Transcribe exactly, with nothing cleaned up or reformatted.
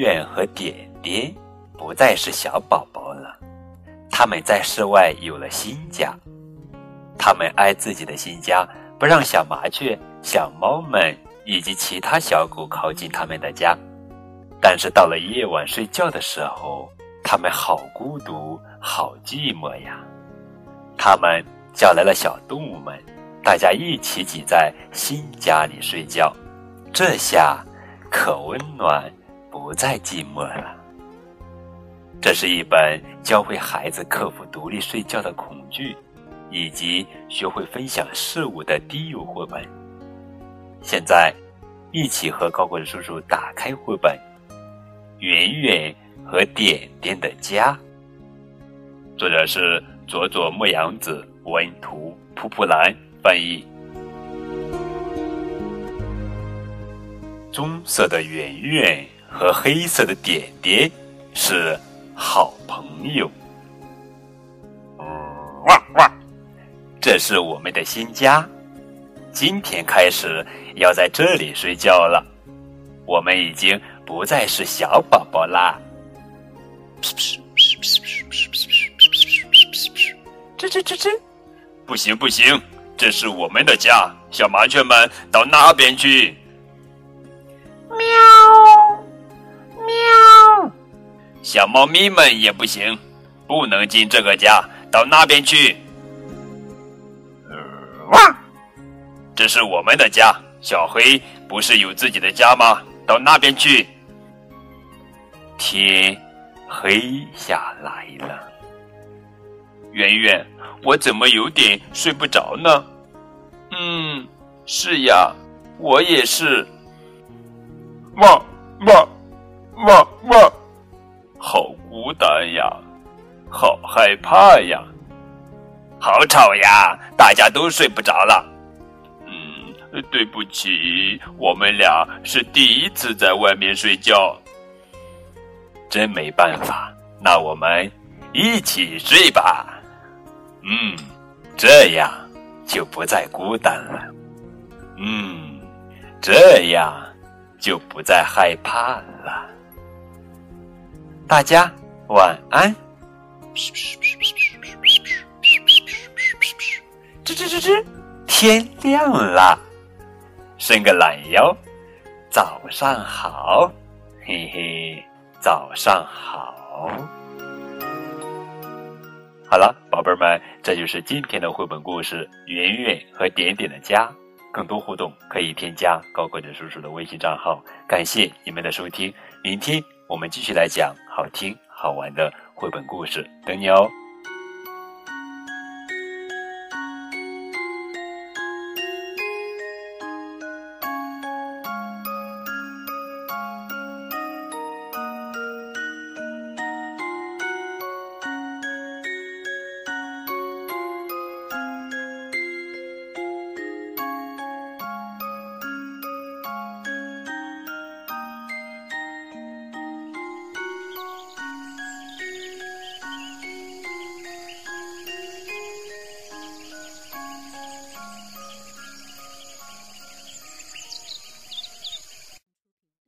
圆和点点不再是小宝宝了，他们在室外有了新家。他们爱自己的新家，不让小麻雀、小猫们以及其他小狗靠近他们的家。但是到了夜晚睡觉的时候，他们好孤独，好寂寞呀。他们叫来了小动物们，大家一起挤在新家里睡觉，这下可温暖，不再寂寞了。这是一本教会孩子克服独立睡觉的恐惧，以及学会分享事物的低幼绘本。现在，一起和高个子叔叔打开绘本《圆圆和点点的家》，作者是佐佐木阳子，文图蒲蒲兰翻译。棕色的圆圆和黑色的点点是好朋友。嗯，汪汪，这是我们的新家，今天开始要在这里睡觉了。我们已经不再是小宝宝啦。吱吱吱吱，不行不行，这是我们的家，小麻雀们到那边去。喵喵，小猫咪们也不行，不能进这个家，到那边去。呃，汪，这是我们的家，小黑不是有自己的家吗？到那边去。天黑下来了。圆圆，我怎么有点睡不着呢？嗯，是呀，我也是。汪汪汪汪，好孤单呀，好害怕呀，好吵呀，大家都睡不着了。嗯，对不起，我们俩是第一次在外面睡觉。真没办法，那我们一起睡吧。嗯，这样就不再孤单了。嗯，这样就不再害怕了。大家晚安。吱吱吱吱，天亮了，伸个懒腰，早上好，嘿嘿，早上好。好了，宝贝们，这就是今天的绘本故事《圆圆和点点的家》。更多互动可以添加高个子叔叔的微信账号。感谢你们的收听，明天我们继续来讲好听好玩的绘本故事，等你哦。